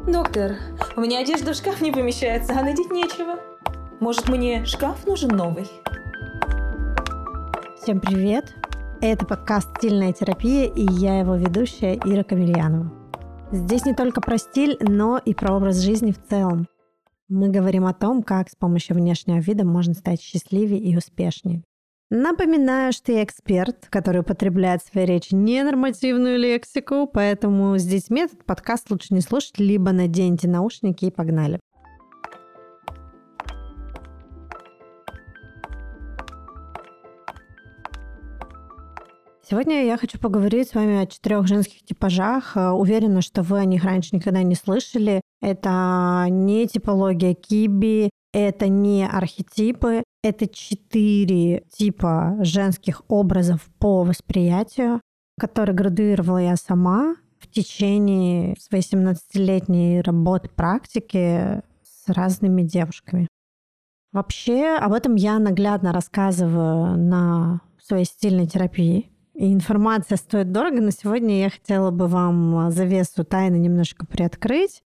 Доктор, у меня одежда в шкаф не помещается, а надеть нечего. Может, мне шкаф нужен новый? Всем привет! Это подкаст «Стильная терапия» и я его ведущая Ира Камельянова. Здесь не только про стиль, но и про образ жизни в целом. Мы говорим о том, как с помощью внешнего вида можно стать счастливее и успешнее. Напоминаю, что я эксперт, который употребляет в своей речи ненормативную лексику, поэтому с детьми этот подкаст лучше не слушать, либо наденьте наушники и погнали. Сегодня я хочу поговорить с вами о 4 женских типажах. Уверена, что вы о них раньше никогда не слышали. Это не типология Киби, это не архетипы. Это 4 типа женских образов по восприятию, которые градуировала я сама в течение своей 17-летней работы, практики с разными девушками. Вообще, об этом я наглядно рассказываю на своей стильной терапии. И информация стоит дорого, но сегодня я хотела бы вам завесу тайны немножко приоткрыть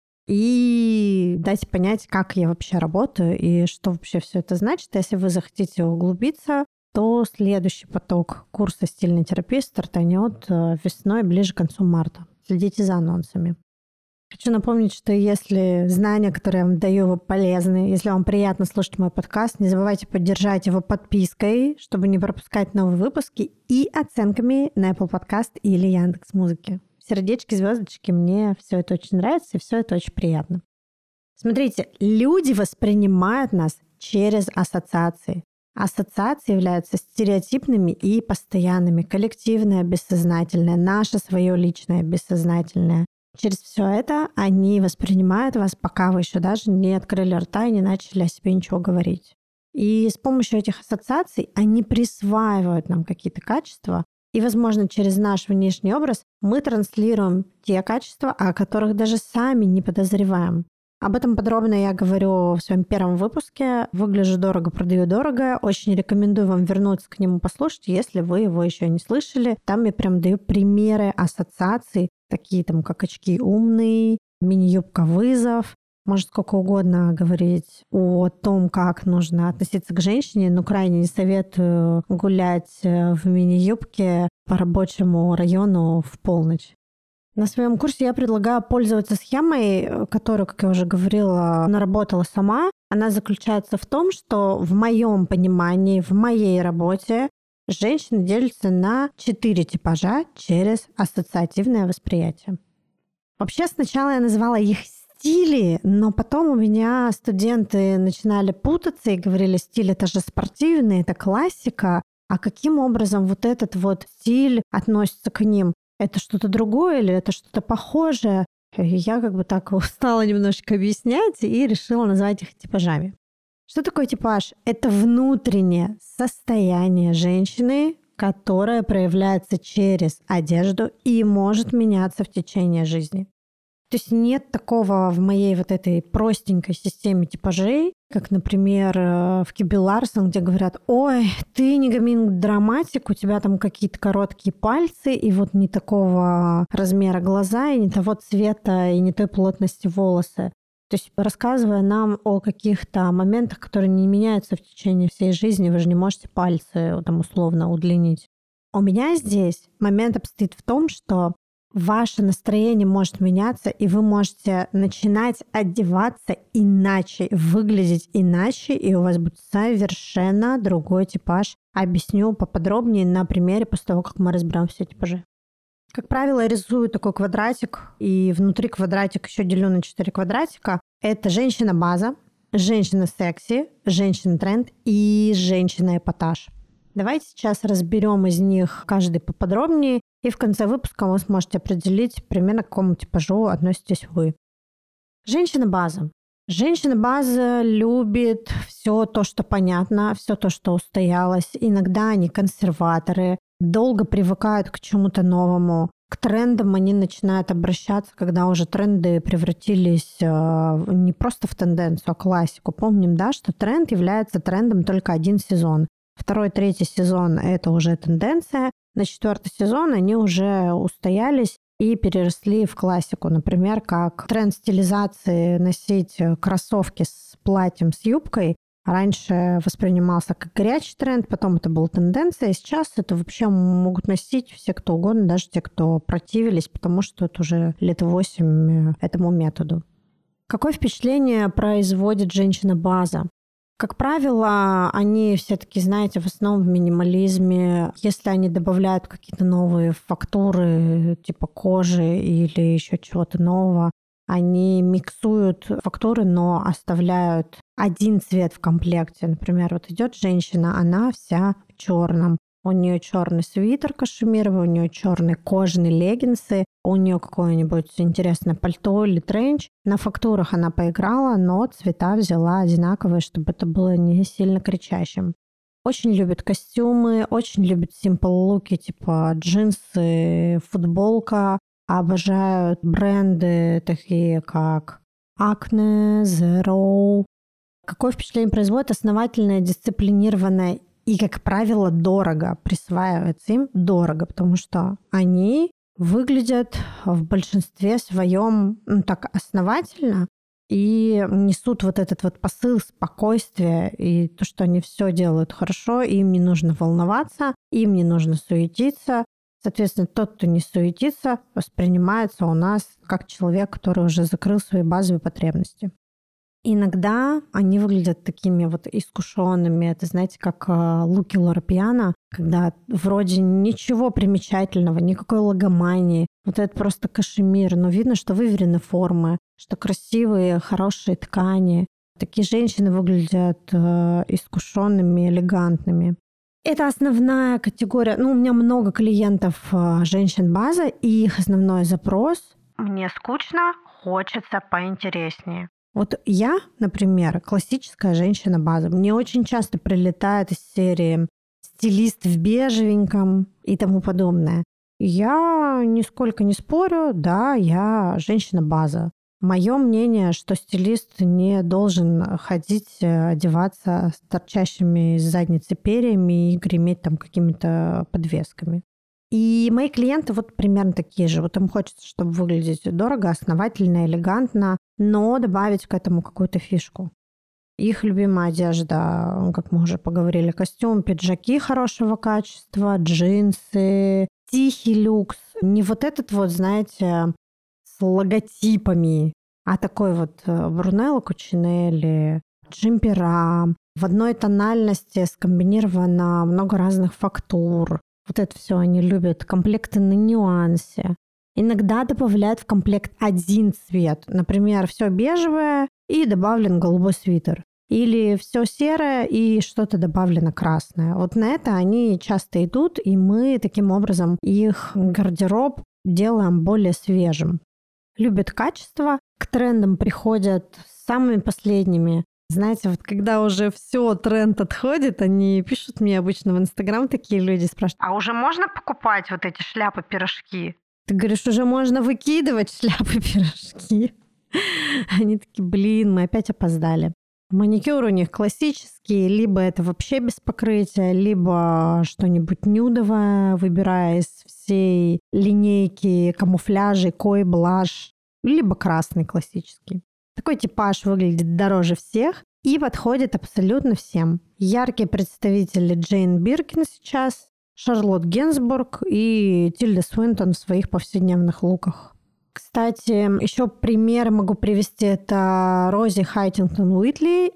и дать понять, как я вообще работаю и что вообще все это значит. Если вы захотите углубиться, то следующий поток курса стильной терапии стартанет весной, ближе к концу марта. Следите за анонсами. Хочу напомнить, что если знания, которые я вам даю, полезны, если вам приятно слушать мой подкаст, не забывайте поддержать его подпиской, чтобы не пропускать новые выпуски, и оценками на Apple Podcast или Яндекс.Музыке. Сердечки, звездочки, мне все это очень нравится, и все это очень приятно. Смотрите, люди воспринимают нас через ассоциации. Ассоциации являются стереотипными и постоянными. Коллективное, бессознательное, наше свое личное, бессознательное. Через все это они воспринимают вас, пока вы еще даже не открыли рта и не начали о себе ничего говорить. И с помощью этих ассоциаций они присваивают нам какие-то качества, и, возможно, через наш внешний образ мы транслируем те качества, о которых даже сами не подозреваем. Об этом подробно я говорю в своем первом выпуске «Выгляжу дорого, продаю дорого». Очень рекомендую вам вернуться к нему послушать, если вы его еще не слышали. Там я прям даю примеры ассоциаций, такие там, как очки умный, мини-юбка вызов. Может сколько угодно говорить о том, как нужно относиться к женщине, но крайне не советую гулять в мини-юбке по рабочему району в полночь. На своем курсе я предлагаю пользоваться схемой, которую, как я уже говорила, наработала сама. Она заключается в том, что в моем понимании, в моей работе женщины делятся на 4 типажа через ассоциативное восприятие. Вообще сначала я называла их стили, но потом у меня студенты начинали путаться и говорили: стиль — это же спортивный, это классика. А каким образом вот этот вот стиль относится к ним? Это что-то другое или это что-то похожее? И я как бы так устала немножко объяснять и решила назвать их типажами. Что такое типаж? Это внутреннее состояние женщины, которое проявляется через одежду и может меняться в течение жизни. То есть нет такого в моей вот этой простенькой системе типажей, как, например, в Киби Ларсон, где говорят: ой, ты не гомин-драматик, у тебя там какие-то короткие пальцы, и вот не такого размера глаза, и не того цвета, и не той плотности волосы. То есть рассказывая нам о каких-то моментах, которые не меняются в течение всей жизни, вы же не можете пальцы там условно удлинить. У меня здесь момент обстоит в том, что ваше настроение может меняться, и вы можете начинать одеваться иначе, выглядеть иначе, и у вас будет совершенно другой типаж. Объясню поподробнее на примере после того, как мы разберем все типажи. Как правило, я рисую такой квадратик, и внутри квадратика еще делю на 4 квадратика. Это женщина-база, женщина-секси, женщина-тренд и женщина-эпатаж. Давайте сейчас разберем из них каждый поподробнее, и в конце выпуска вы сможете определить, примерно к какому типажу относитесь вы. Женщина-база. Женщина-база любит все то, что понятно, все то, что устоялось. Иногда они консерваторы, долго привыкают к чему-то новому. К трендам они начинают обращаться, когда уже тренды превратились не просто в тенденцию, а классику. Помним, да, что тренд является трендом только 1 сезон. 2-й, 3-й сезон — это уже тенденция. На 4-й сезон они уже устоялись и переросли в классику. Например, как тренд стилизации носить кроссовки с платьем, с юбкой раньше воспринимался как горячий тренд, потом это была тенденция, и сейчас это вообще могут носить все, кто угодно, даже те, кто противились, потому что это уже лет 8 этому методу. Какое впечатление производит женщина-база? Как правило, они все-таки, знаете, в основном в минимализме. Если они добавляют какие-то новые фактуры, типа кожи или еще чего-то нового, они миксуют фактуры, но оставляют один цвет в комплекте. Например, вот идет женщина, она вся в черном. У нее черный свитер кашемировый, у нее черные кожаные леггинсы, у нее какое-нибудь интересное пальто или тренч. На фактурах она поиграла, но цвета взяла одинаковые, чтобы это было не сильно кричащим. Очень любят костюмы, очень любят simple-луки, типа джинсы, футболка. Обожают бренды такие, как Acne, Zero. Какое впечатление производит основательное, дисциплинированное и, как правило, дорого присваивается им, дорого, потому что они выглядят в большинстве своем так основательно и несут вот этот вот посыл спокойствия и то, что они все делают хорошо, им не нужно волноваться, им не нужно суетиться. Соответственно, тот, кто не суетится, воспринимается у нас как человек, который уже закрыл свои базовые потребности. Иногда они выглядят такими вот искушенными. Это, знаете, как луки Лора Пиано, когда вроде ничего примечательного, никакой логомании. Вот это просто кашемир. Но видно, что выверены формы, что красивые, хорошие ткани. Такие женщины выглядят искушенными, элегантными. Это основная категория. У меня много клиентов женщин-база, и их основной запрос «мне скучно, хочется поинтереснее». Вот я, например, классическая женщина-база. Мне очень часто прилетает из серии стилист в бежевеньком и тому подобное. Я нисколько не спорю, да, я женщина-база. Мое мнение, что стилист не должен ходить, одеваться с торчащими из задницы перьями и греметь там какими-то подвесками. И мои клиенты вот примерно такие же. Вот им хочется, чтобы выглядеть дорого, основательно, элегантно, но добавить к этому какую-то фишку. Их любимая одежда, как мы уже поговорили, костюм, пиджаки хорошего качества, джинсы, тихий люкс. Не вот этот вот, знаете, с логотипами, а такой вот Брунелло Кучинелли, джемпера. В одной тональности скомбинировано много разных фактур. Вот это все они любят. Комплекты на нюансе. Иногда добавляют в комплект один цвет. Например, все бежевое и добавлен голубой свитер. Или все серое и что-то добавлено красное. Вот на это они часто идут, и мы таким образом их гардероб делаем более свежим. Любят качество, к трендам приходят самыми последними. Знаете, вот когда уже все, тренд отходит, они пишут мне обычно в Инстаграм, такие люди спрашивают: а уже можно покупать вот эти шляпы-пирожки? Ты говоришь, уже можно выкидывать шляпы-пирожки? Они такие: блин, мы опять опоздали. Маникюр у них классический, либо это вообще без покрытия, либо что-нибудь нюдовое, выбирая из всей линейки камуфляжей, кой, блаш, либо красный классический. Такой типаж выглядит дороже всех и подходит абсолютно всем. Яркие представители Джейн Биркин сейчас, Шарлотт Генсбург и Тильда Свинтон в своих повседневных луках. Кстати, еще пример могу привести. Это Рози Хайтингтон Уитли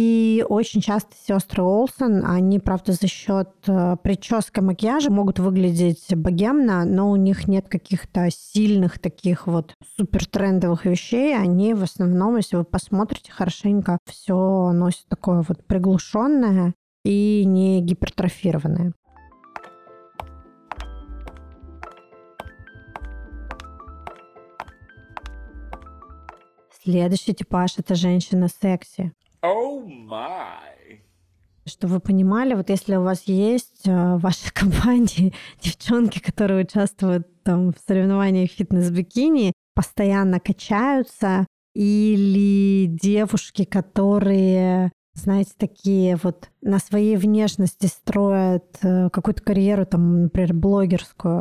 и очень часто сестры Олсен. Они, правда, за счет прически и макияжа могут выглядеть богемно, но у них нет каких-то сильных таких вот супертрендовых вещей. Они в основном, если вы посмотрите хорошенько, все носят такое вот приглушенное и не гипертрофированное. Следующий типаж — это женщина-секси. Oh my! Чтобы вы понимали, вот если у вас есть в вашей компании девчонки, которые участвуют там в соревнованиях фитнес-бикини, постоянно качаются, или девушки, которые, знаете, такие вот на своей внешности строят какую-то карьеру, там, например, блогерскую,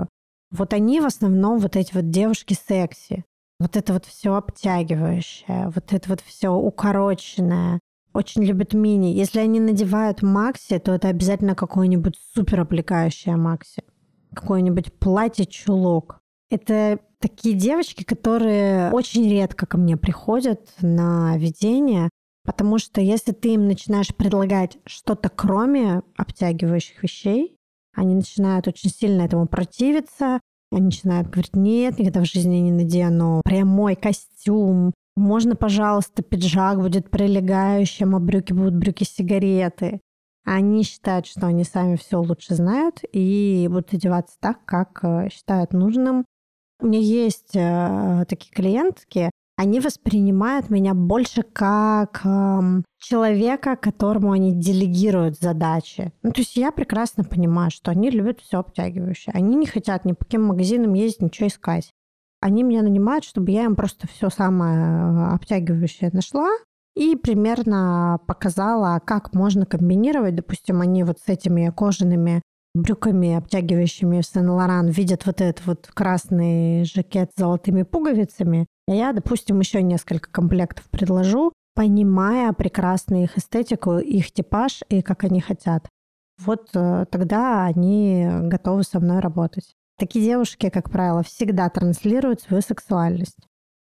Вот они в основном вот эти вот девушки секси. Вот это вот все обтягивающее, вот это вот все укороченное. Очень любят мини. Если они надевают макси, то это обязательно какое-нибудь супер облегающее макси. Какое-нибудь платье-чулок. Это такие девочки, которые очень редко ко мне приходят на ведение, потому что если ты им начинаешь предлагать что-то кроме обтягивающих вещей, они начинают очень сильно этому противиться. Они начинают говорить: нет, никогда в жизни не надену прямой костюм. Можно, пожалуйста, пиджак будет прилегающим, а брюки будут брюки-сигареты. Они считают, что они сами все лучше знают и будут одеваться так, как считают нужным. У меня есть такие клиентки, они воспринимают меня больше как человека, которому они делегируют задачи. Ну, то есть я прекрасно понимаю, что они любят все обтягивающее. Они не хотят ни по каким магазинам ездить, ничего искать. Они меня нанимают, чтобы я им просто все самое обтягивающее нашла и примерно показала, как можно комбинировать. Допустим, они вот с этими кожаными брюками, обтягивающими в Сен-Лоран, видят вот этот вот красный жакет с золотыми пуговицами. А я, допустим, еще несколько комплектов предложу, понимая прекрасно их эстетику, их типаж и как они хотят. Вот тогда они готовы со мной работать. Такие девушки, как правило, всегда транслируют свою сексуальность.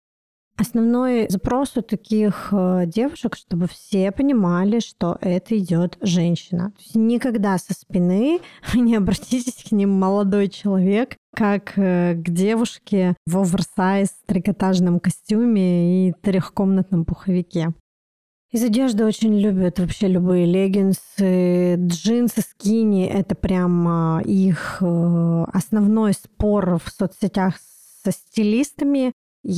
Основной запрос у таких девушек, чтобы все понимали, что это идет женщина. То есть никогда со спины вы не обратитесь к ним, молодой человек, как к девушке в оверсайз трикотажном костюме и трехкомнатном пуховике. Из одежды очень любят вообще любые леггинсы, джинсы, скини. Это прям их основной спор в соцсетях со стилистами.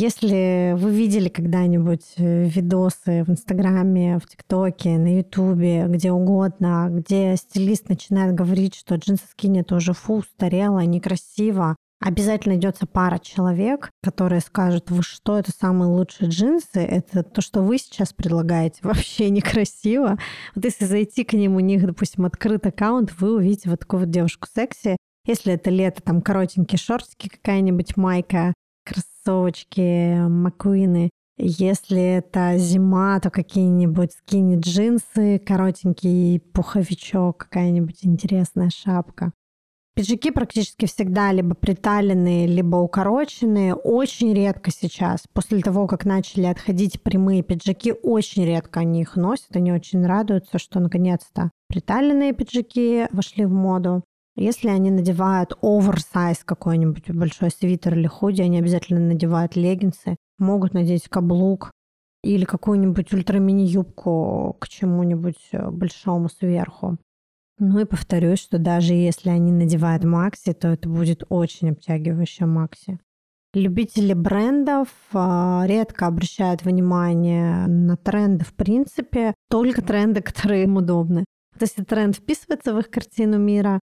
Если вы видели когда-нибудь видосы в Инстаграме, в ТикТоке, на Ютубе, где угодно, где стилист начинает говорить, что джинсы скини это уже устарело, некрасиво, обязательно найдется пара человек, которые скажут: вы что, это самые лучшие джинсы, это то, что вы сейчас предлагаете, вообще некрасиво. Вот если зайти к ним, у них, допустим, открыт аккаунт, вы увидите вот такую вот девушку секси. Если это лето, там коротенькие шортики, какая-нибудь майка, кроссовочки, маккуины. Если это зима, то какие-нибудь скини-джинсы, коротенький пуховичок, какая-нибудь интересная шапка. Пиджаки практически всегда либо приталенные, либо укороченные. Очень редко сейчас, после того, как начали отходить прямые пиджаки, очень редко они их носят. Они очень радуются, что наконец-то приталенные пиджаки вошли в моду. Если они надевают оверсайз какой-нибудь, большой свитер или худи, они обязательно надевают леггинсы, могут надеть каблук или какую-нибудь ультра-мини-юбку к чему-нибудь большому сверху. Ну и повторюсь, что даже если они надевают макси, то это будет очень обтягивающее макси. Любители брендов редко обращают внимание на тренды в принципе, только тренды, которые им удобны. То есть если тренд вписывается в их картину мира,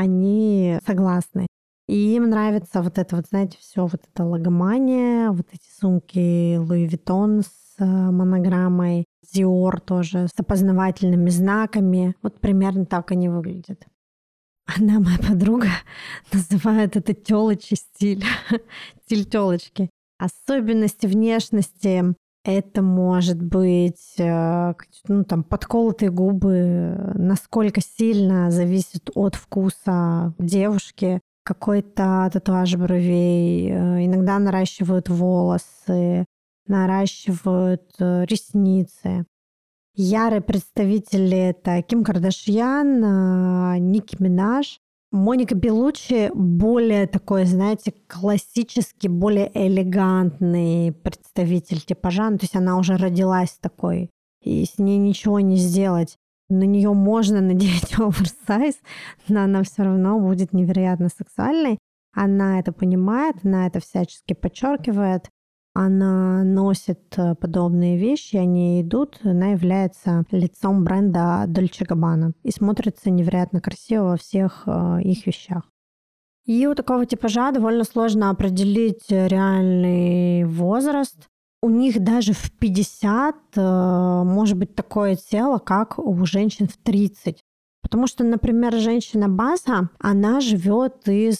они согласны. И им нравится вот это вот, знаете, все вот это логомания, вот эти сумки Louis Vuitton с монограммой, Dior тоже с опознавательными знаками. Вот примерно так они выглядят. Одна моя подруга называет это тёлочий стиль, стиль тёлочки. Особенности внешности — это может быть подколотые губы, насколько сильно зависит от вкуса девушки, какой-то татуаж бровей, иногда наращивают волосы, наращивают ресницы. Ярые представители — это Ким Кардашьян, Ники Минаж. Моника Беллуччи более такой, знаете, классический, более элегантный представитель типажа. То есть она уже родилась такой, и с ней ничего не сделать. На нее можно надеть оверсайз, но она все равно будет невероятно сексуальной. Она это понимает, она это всячески подчеркивает. Она носит подобные вещи, они идут, она является лицом бренда Dolce Gabbana и смотрится невероятно красиво во всех их вещах. И у такого типажа довольно сложно определить реальный возраст. У них даже в 50 может быть такое тело, как у женщин в 30. Потому что, например, женщина-база, она живет из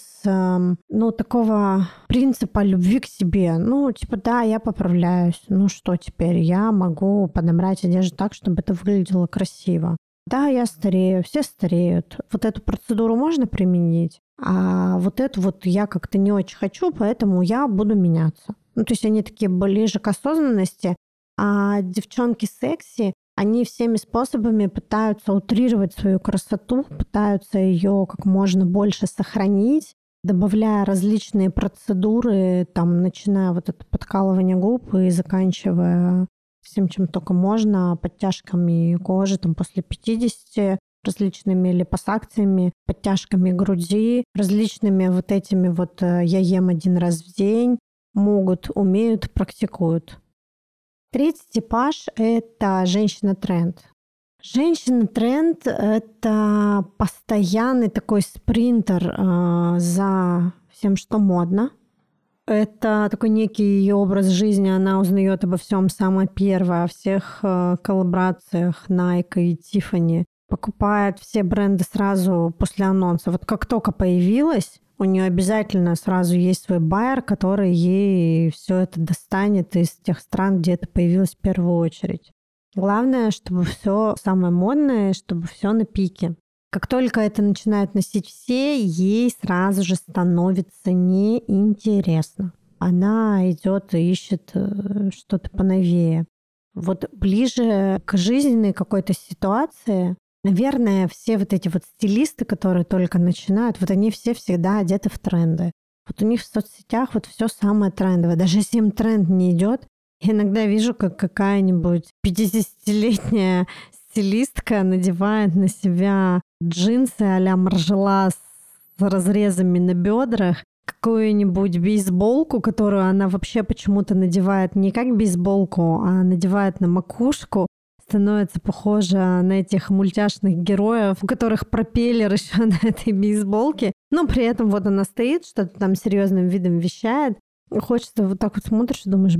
такого принципа любви к себе. Да, я поправляюсь. Что теперь? Я могу подобрать одежду так, чтобы это выглядело красиво. Да, я старею, все стареют. Вот эту процедуру можно применить, а вот эту я как-то не очень хочу, поэтому я буду меняться. То есть они такие ближе к осознанности, а девчонки секси, они всеми способами пытаются утрировать свою красоту, пытаются ее как можно больше сохранить, добавляя различные процедуры, начиная вот это подкалывание губ и заканчивая всем, чем только можно, подтяжками кожи после 50, различными липосакциями, подтяжками груди, различными этими я ем 1 раз в день, могут, умеют, практикуют. Третий типаж — это женщина-тренд. Женщина-тренд — это постоянный такой спринтер за всем, что модно. Это такой некий ее образ жизни. Она узнает обо всем самое первое, о всех коллаборациях Nike и Tiffany. Покупает все бренды сразу после анонса. Как только появилась, у нее обязательно сразу есть свой байер, который ей все это достанет из тех стран, где это появилось в первую очередь. Главное, чтобы все самое модное, чтобы все на пике. Как только это начинают носить все, ей сразу же становится неинтересно. Она идет и ищет что-то поновее. Ближе к жизненной какой-то ситуации, наверное, все эти стилисты, которые только начинают, они все всегда одеты в тренды. У них в соцсетях все самое трендовое. Даже если им тренд не идет, я иногда вижу, как какая-нибудь 50-летняя стилистка надевает на себя джинсы а-ля Маржела с разрезами на бедрах, какую-нибудь бейсболку, которую она вообще почему-то надевает не как бейсболку, а надевает на макушку, становится похожа на этих мультяшных героев, у которых пропеллер еще на этой бейсболке, но при этом она стоит, что-то там серьезным видом вещает. И хочется так смотришь и думаешь,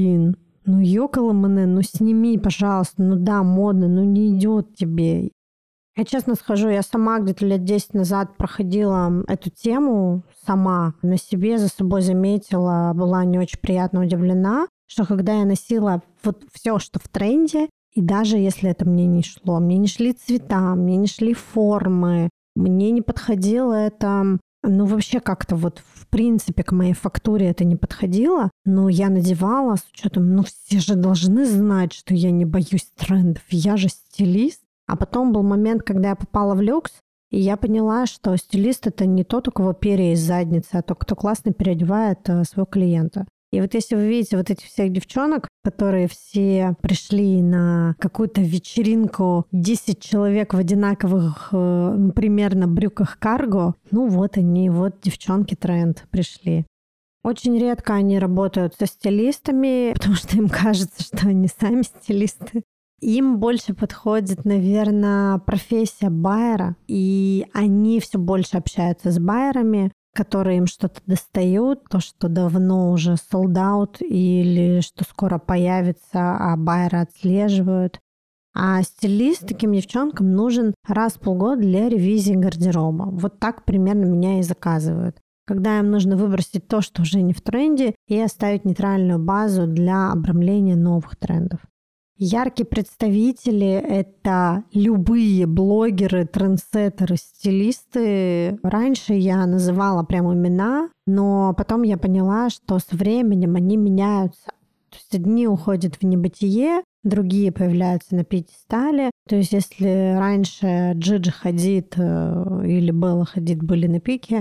ёкаламане, сними, пожалуйста, да, модно, не идет тебе. Я честно скажу, я сама где-то лет 10 назад проходила эту тему сама, на себе, за собой заметила, была не очень приятно удивлена, что когда я носила все, что в тренде, и даже если это мне не шло, мне не шли цвета, мне не шли формы, мне не подходило это, вообще как-то в принципе к моей фактуре это не подходило, но я надевала с учетом, все же должны знать, что я не боюсь трендов, я же стилист. А потом был момент, когда я попала в люкс, и я поняла, что стилист — это не тот, у кого перья из задницы, а тот, кто классно переодевает своего клиента. И если вы видите этих всех девчонок, которые все пришли на какую-то вечеринку, 10 человек в одинаковых примерно брюках карго, они, девчонки тренд пришли. Очень редко они работают со стилистами, потому что им кажется, что они сами стилисты. Им больше подходит, наверное, профессия байера, и они все больше общаются с байерами, которые им что-то достают, то, что давно уже sold out или что скоро появится, а байеры отслеживают. А стилист таким девчонкам нужен раз в полгода для ревизии гардероба. Так примерно меня и заказывают. Когда им нужно выбросить то, что уже не в тренде, и оставить нейтральную базу для обрамления новых трендов. Яркие представители — это любые блогеры, трендсеттеры, стилисты. Раньше я называла прям имена, но потом я поняла, что со временем они меняются. То есть одни уходят в небытие, другие появляются на пьедестале. То есть если раньше Джиджи Хадид или Белла Хадид были на пике,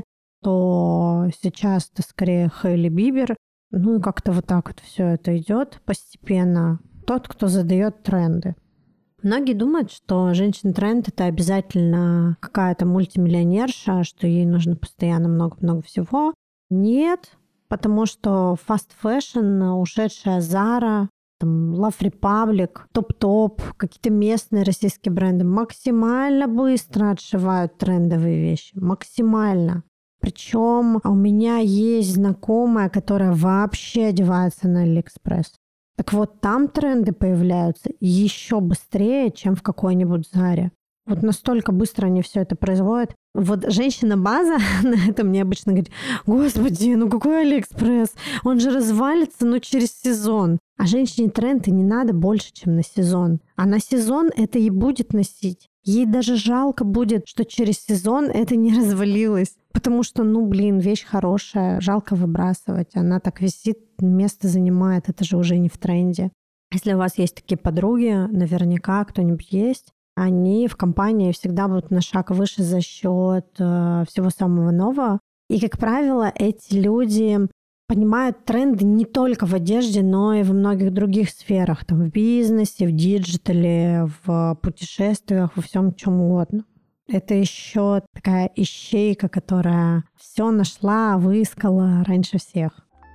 то сейчас это скорее Хейли Бибер. И как-то так все это идет постепенно. Тот, кто задает тренды. Многие думают, что женщина-тренд — это обязательно какая-то мультимиллионерша, что ей нужно постоянно много-много всего. Нет, потому что fast fashion, ушедшая Zara, Love Republic, Топ-Топ, какие-то местные российские бренды максимально быстро отшивают трендовые вещи. Максимально. Причем у меня есть знакомая, которая вообще одевается на AliExpress. Так там тренды появляются еще быстрее, чем в какой-нибудь Заре. Вот настолько быстро они все это производят. Вот женщина-база на этом мне обычно говорит: господи, ну какой Алиэкспресс? Он же развалится, через сезон. А женщине тренды не надо больше, чем на сезон. А на сезон это и будет носить. Ей даже жалко будет, что через сезон это не развалилось. Потому что, вещь хорошая, жалко выбрасывать. Она так висит, место занимает, это же уже не в тренде. Если у вас есть такие подруги, наверняка кто-нибудь есть, они в компании всегда будут на шаг выше за счет всего самого нового. И, как правило, эти люди понимают тренды не только в одежде, но и во многих других сферах. Там, в бизнесе, в диджитале, в путешествиях, во всем чем угодно. Это еще такая ищейка, которая все нашла, выискала раньше всех.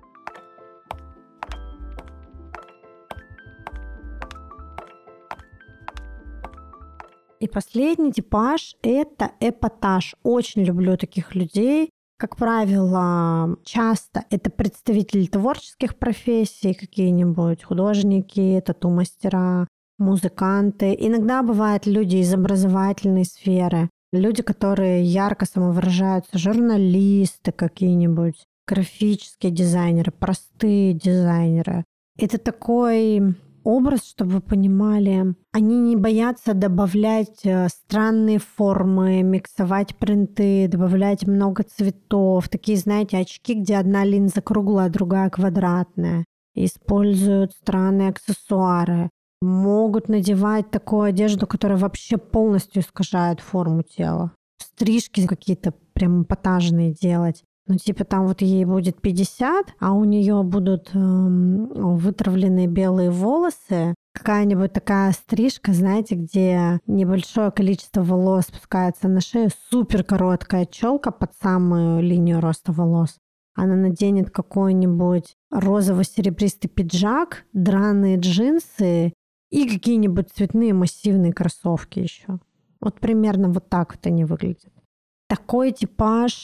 И последний типаж — это эпатаж. Очень люблю таких людей. Как правило, часто это представители творческих профессий, какие-нибудь художники, тату-мастера, музыканты. Иногда бывают люди из образовательной сферы, люди, которые ярко самовыражаются, журналисты какие-нибудь, графические дизайнеры, простые дизайнеры. Это такой образ, чтобы вы понимали, они не боятся добавлять странные формы, миксовать принты, добавлять много цветов. Такие, знаете, очки, где одна линза круглая, другая квадратная. Используют странные аксессуары. Могут надевать такую одежду, которая вообще полностью искажает форму тела. Стрижки какие-то прям эпатажные делать. Там вот ей будет 50, а у нее будут вытравленные белые волосы. Какая-нибудь такая стрижка, знаете, где небольшое количество волос спускается на шею, супер короткая челка под самую линию роста волос. Она наденет какой-нибудь розово-серебристый пиджак, драные джинсы и какие-нибудь цветные массивные кроссовки еще. Вот примерно вот так вот они выглядят. Такой типаж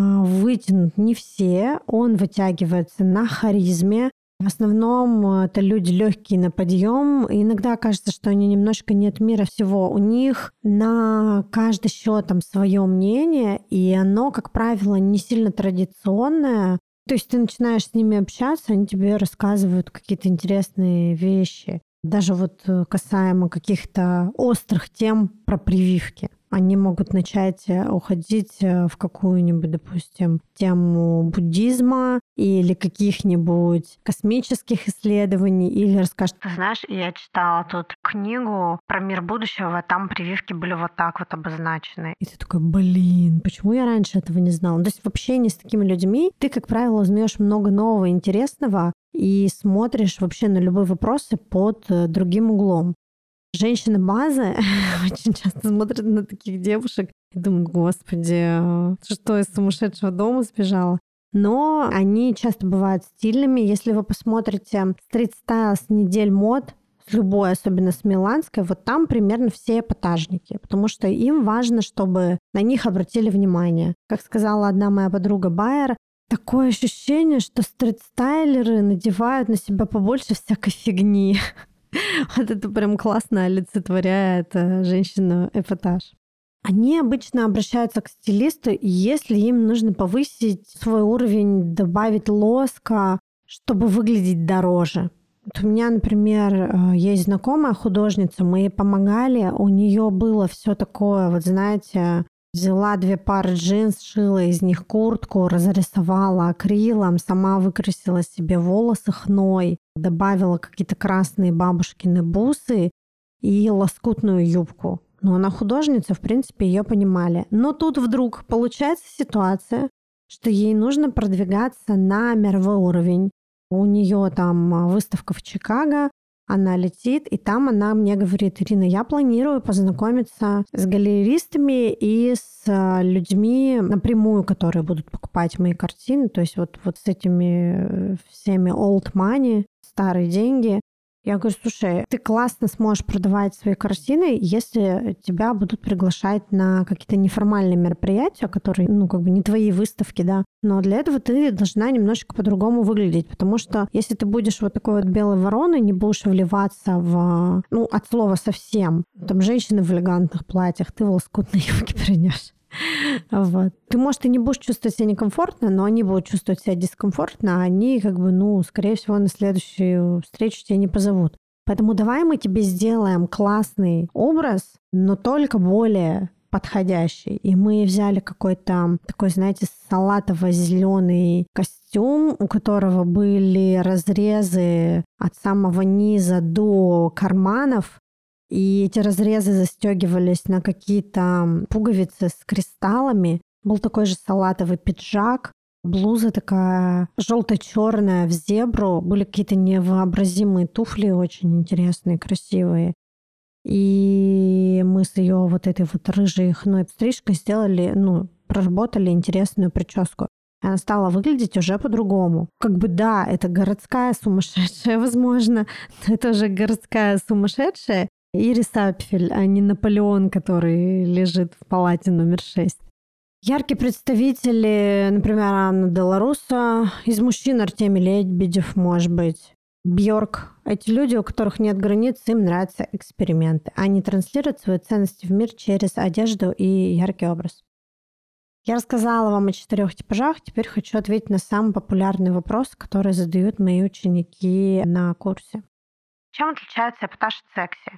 вытянут не все, он вытягивается на харизме. В основном это люди легкие на подъем. Иногда кажется, что они немножко не от мира всего. У них на каждый счет там свое мнение, и оно, как правило, не сильно традиционное. То есть ты начинаешь с ними общаться, они тебе рассказывают какие-то интересные вещи. Даже вот касаемо каких-то острых тем про прививки. Они могут начать уходить в какую-нибудь, допустим, тему буддизма или каких-нибудь космических исследований, или расскажут: ты знаешь, я читала тут книгу про мир будущего, а там прививки были вот так вот обозначены. И ты такой: почему я раньше этого не знала? То есть в общении с такими людьми ты, как правило, узнаешь много нового и интересного и смотришь вообще на любые вопросы под другим углом. Женщины-базы очень часто смотрят на таких девушек и думают: господи, что из сумасшедшего дома сбежала? Но они часто бывают стильными. Если вы посмотрите стрит-стайл с недель мод, с любой, особенно с миланской, вот там примерно все эпатажники, потому что им важно, чтобы на них обратили внимание. Как сказала одна моя подруга Байер, такое ощущение, что стрит-стайлеры надевают на себя побольше всякой фигни. Вот это прям классно олицетворяет женщину-эпатаж. Они обычно обращаются к стилисту, если им нужно повысить свой уровень, добавить лоска, чтобы выглядеть дороже. Вот у меня, например, есть знакомая художница, мы ей помогали, у нее было все такое, вот знаете, взяла 2 пары джинс, сшила из них куртку, разрисовала акрилом, сама выкрасила себе волосы хной, добавила какие-то красные бабушкины бусы и лоскутную юбку. Но она художница, в принципе, ее понимали. Но тут вдруг получается ситуация, что ей нужно продвигаться на мировой уровень. У нее там выставка в Чикаго, она летит, и там она мне говорит: Ирина, я планирую познакомиться с галеристами и с людьми напрямую, которые будут покупать мои картины. То есть вот с этими всеми old money, старые деньги. Я говорю, слушай, ты классно сможешь продавать свои картины, если тебя будут приглашать на какие-то неформальные мероприятия, которые, не твои выставки, да. Но для этого ты должна немножечко по-другому выглядеть, потому что если ты будешь вот такой вот белой вороной, не будешь вливаться в, от слова совсем. Там женщины в элегантных платьях, ты в лоскутной юбке придешь. Вот. Ты, может, и не будешь чувствовать себя некомфортно, но они будут чувствовать себя дискомфортно, а они скорее всего, на следующую встречу тебя не позовут. Поэтому давай мы тебе сделаем классный образ, но только более подходящий. И мы взяли какой-то такой, знаете, салатово-зеленый костюм, у которого были разрезы от самого низа до карманов. И эти разрезы застегивались на какие-то пуговицы с кристаллами. Был такой же салатовый пиджак, блуза такая желто-черная в зебру. Были какие-то невообразимые туфли, очень интересные, красивые. И мы с ее вот этой вот рыжей хной стрижкой сделали, проработали интересную прическу. Она стала выглядеть уже по-другому. Да, это городская сумасшедшая, возможно, но это уже городская сумасшедшая. Ирис Апфель, а не Наполеон, который лежит в палате номер 6. Яркие представители, например, Анна Деларуса. Из мужчин Артемий Лебедев, может быть. Бьорк. Эти люди, у которых нет границ, им нравятся эксперименты. Они транслируют свои ценности в мир через одежду и яркий образ. Я рассказала вам о 4 типажах. Теперь хочу ответить на самый популярный вопрос, который задают мои ученики на курсе. Чем отличается эпатаж от секси?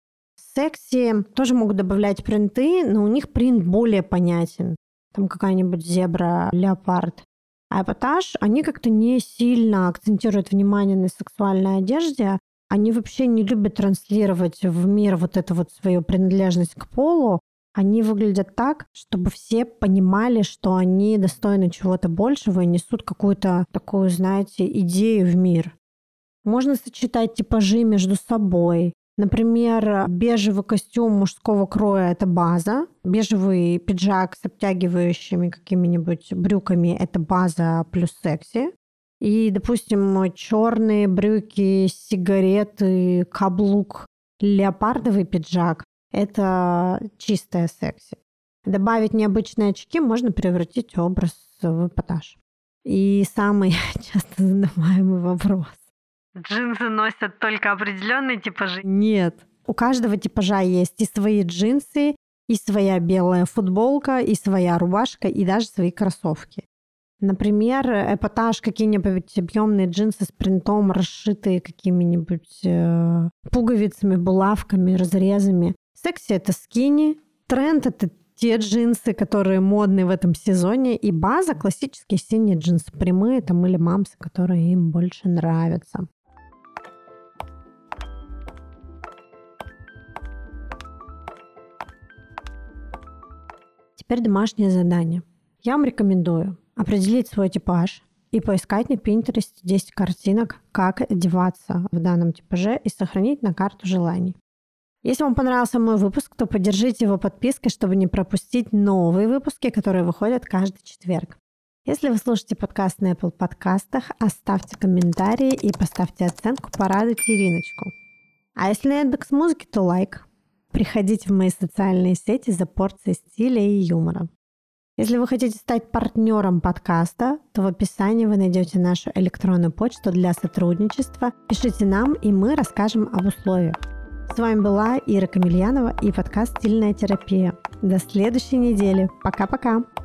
Секси тоже могут добавлять принты, но у них принт более понятен. Там какая-нибудь зебра, леопард. А эпатаж, они как-то не сильно акцентируют внимание на сексуальной одежде. Они вообще не любят транслировать в мир вот эту вот свою принадлежность к полу. Они выглядят так, чтобы все понимали, что они достойны чего-то большего и несут какую-то такую, знаете, идею в мир. Можно сочетать типажи между собой. Например, бежевый костюм мужского кроя – это база. Бежевый пиджак с обтягивающими какими-нибудь брюками – это база плюс секси. И, допустим, черные брюки, сигареты, каблук, леопардовый пиджак – это чистая секси. Добавить необычные очки можно превратить образ в эпатаж. И самый часто задаваемый вопрос. Джинсы носят только определенные типажи? Нет. У каждого типажа есть и свои джинсы, и своя белая футболка, и своя рубашка, и даже свои кроссовки. Например, эпатаж, какие-нибудь объемные джинсы с принтом, расшитые какими-нибудь пуговицами, булавками, разрезами. Секси — это скини. Тренд — это те джинсы, которые модные в этом сезоне. И база — классические синие джинсы, прямые там, или мамсы, которые им больше нравятся. Теперь домашнее задание. Я вам рекомендую определить свой типаж и поискать на Pinterest 10 картинок, как одеваться в данном типаже и сохранить на карту желаний. Если вам понравился мой выпуск, то поддержите его подпиской, чтобы не пропустить новые выпуски, которые выходят каждый четверг. Если вы слушаете подкаст на Apple подкастах, оставьте комментарии и поставьте оценку, порадуйте Ириночку. А если на Яндекс.Музыке, то лайк. Приходите в мои социальные сети за порцией стиля и юмора. Если вы хотите стать партнером подкаста, то в описании вы найдете нашу электронную почту для сотрудничества. Пишите нам, и мы расскажем об условиях. С вами была Ира Камельянова и подкаст «Стильная терапия». До следующей недели. Пока-пока!